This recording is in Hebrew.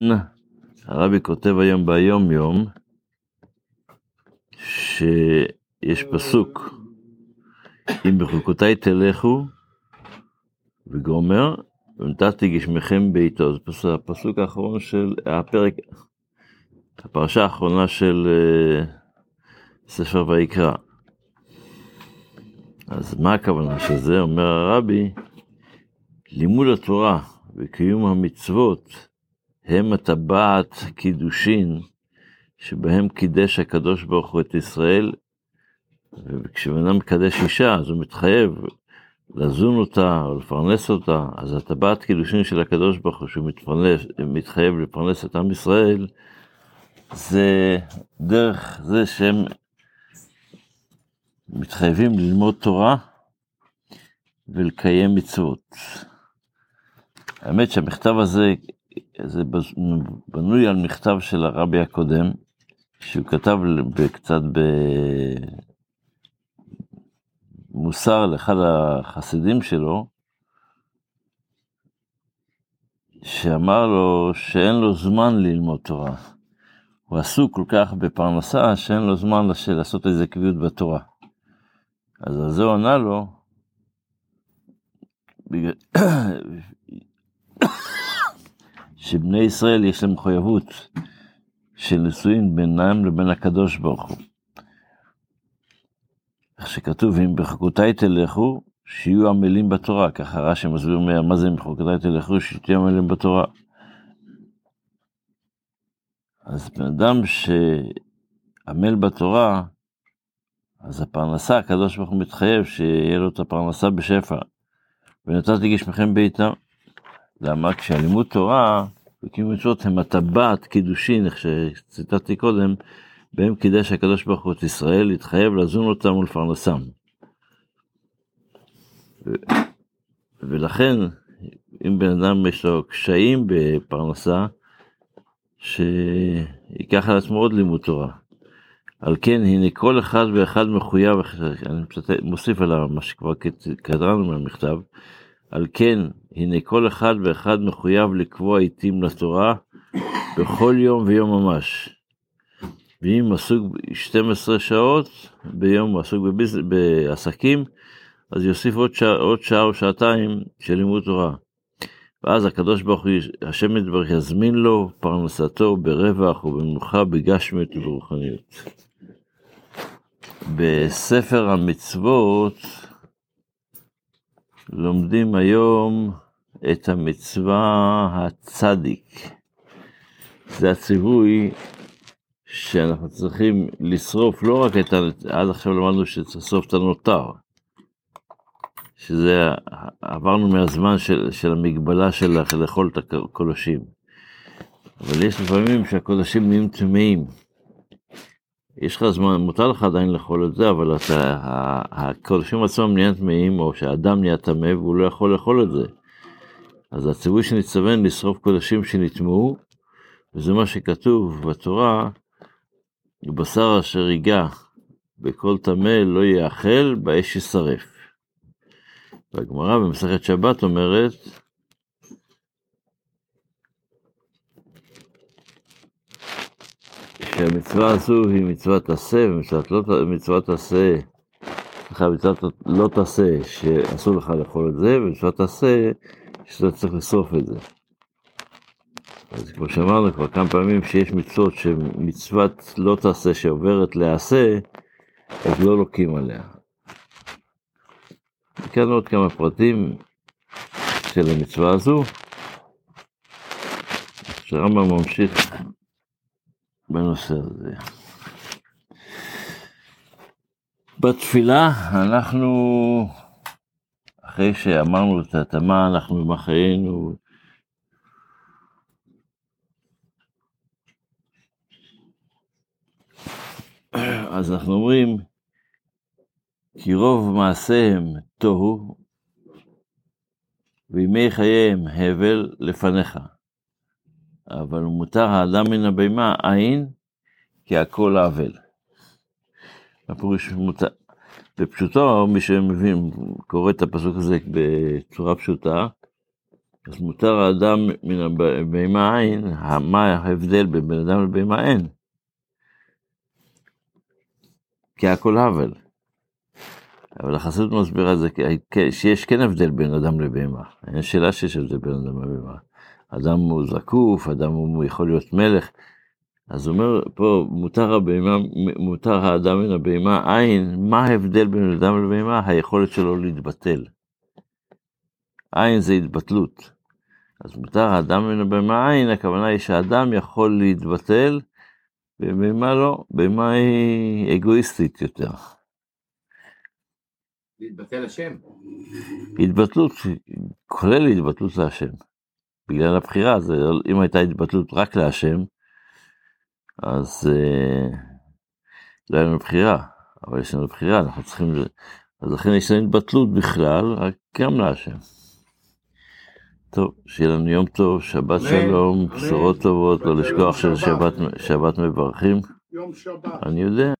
הרבי כותב היום ביום יום שיש פסוק, אם בחוקותיי תלכו וגומר, ונתתי גשמכם בעיתו. זה הפסוק האחרון של הפרק, הפרשה האחרונה של ספר ויקרא. אז מה הכוונה שזה? אומר הרבי, לימוד התורה וקיום המצוות הם הטבעת קידושין שבהם קידש הקדוש ברוך הוא את ישראל, וכשבן מקדש אישה אז הוא מתחייב לזון אותה או לפרנס אותה. אז הטבעת קידושין של הקדוש ברוך הוא שהוא מתחייב לפרנס את עם ישראל, זה דרך זה שהם מתחייבים ללמוד תורה ולקיים מצוות. האמת שהמכתב הזה זה בנוי על מכתב של הרבי הקודם, שהוא כתב קצת במוסר לאחד החסידים שלו, שאמר לו שאין לו זמן ללמוד תורה. הוא עסוק כל כך בפרנסה שאין לו זמן לעשות איזה קביעות בתורה. אז על זה הוא ענה לו, שבני ישראל יש להם מחויבות של נישואין בינם לבין הקדוש ברוך הוא. איך שכתוב, אם בחוקותיי תלכו, שיהיו עמלים בתורה. ככה רש"י מסביר מה זה אם בחוקותיי תלכו, שיהיו עמלים בתורה. אז בן אדם שעמל בתורה, אז הפרנסה, הקדוש ברוך הוא מתחייב שיהיה לו את הפרנסה בשפע. ונתתי גשמכם בעיתם. למה? כשהלימוד תורה וקיום מצוות הם הטבעת קידושין, איך שציטטתי קודם, בהם קידש הקדוש ברוך הוא את ישראל, להתחייב לזון אותם ולפרנסם. ולכן, אם בן אדם יש לו קשיים בפרנסה, שיקח על עצמו עוד לימוד תורה. על כן, הנה כל אחד ואחד מחויב, אני מוסיף על מה שכבר קראנו מהמכתב, על כן, הנה כל אחד ואחד מחויב לקבוע עיתים לתורה בכל יום ויום ממש. ואם עסוק 12 שעות ביום, עסוק בעסקים, אז יוסיף עוד שעה או שעתיים של לימוד תורה. ואז הקדוש ברוך הוא, השם יתברך, יזמין לו פרנסתו ברווח ובמנוחה, בגשמיות וברוחניות. בספר המצוות לומדים היום את המצווה הצדיק. זה הציווי שאנחנו צריכים לשרוף, לא רק עד עכשיו למדנו שצריך את הנותר, שזה עברנו מהזמן של המגבלה של לאכול את הקודשים. אבל יש לפעמים שהקודשים נהיים טמאים. יש לך זמן, מותר לך עדיין לאכול את זה, אבל הקודשים עצמם נהיים טמאים, או שהאדם נהיה טמא והוא לא יכול לאכול את זה. אז הציווי שנצטוון לשרוף קודשים שנטמאו, וזה מה שכתוב בתורה, בשר אשר ייגע בכל טמא לא יאכל, באש ישרף. והגמרא במסכת שבת אומרת, שהמצווה הזו היא מצוות עשה, ומצוות עשה, מצוות לא תעשה, שאסור לך לאכול את זה, ומצוות עשה, שאתה צריך לשרוף את זה. אז כמו שאמרנו כבר כמה פעמים, שיש מצוות שמצוות לא תעשה שעוברת לעשה, אז לא לוקים עליה. וכאן עוד כמה פרטים של המצווה הזו, שהרמב"ם ממשיך בנושא הזה. בתפילה אנחנו, אחרי שאמרנו את התאמה, אנחנו בחיינו, אז אנחנו אומרים, כי רוב מעשיהם תוהו, וימי חייהם הבל לפניך. אבל מותר האדם מן הבימה עין, כי הכל אבל. הפירוש מותר. בפשוטו, מי שמבין, קורא את הפסוק הזה בצורה פשוטה, אז מותר האדם מן הבהמה אין, מה ההבדל בין בן אדם לבהמה אין? כי הכל הבל. אבל החסידות מסבירה זה שיש כן הבדל בין אדם לבהמה. אין שאלה שיש הבדל בין אדם לבהמה. אדם הוא זקוף, אדם הוא יכול להיות מלך. אז הוא אומר פה, מותר האדם מן הבהמה אין, מה ההבדל בין אדם לבהמה? היכולת שלו להתבטל. אין זה התבטלות. אז מותר האדם מן הבהמה אין, הכוונה היא שהאדם יכול להתבטל, ובהמה לא, בהמה היא אגואיסטית יותר. להתבטל השם. התבטלות, כולל התבטלות להשם. בגלל הבחירה, אם הייתה התבטלות רק להשם, אז לא היה לנו בחירה, אבל יש לנו בחירה, אנחנו צריכים, אז לכן יש לנו התבטלות בכלל, רק גם להשם. טוב, שיהיה לנו יום טוב, שבת שלום, בשורות טובות, לא לשכוח של שבת מברכים. יום שבת. אני יודע.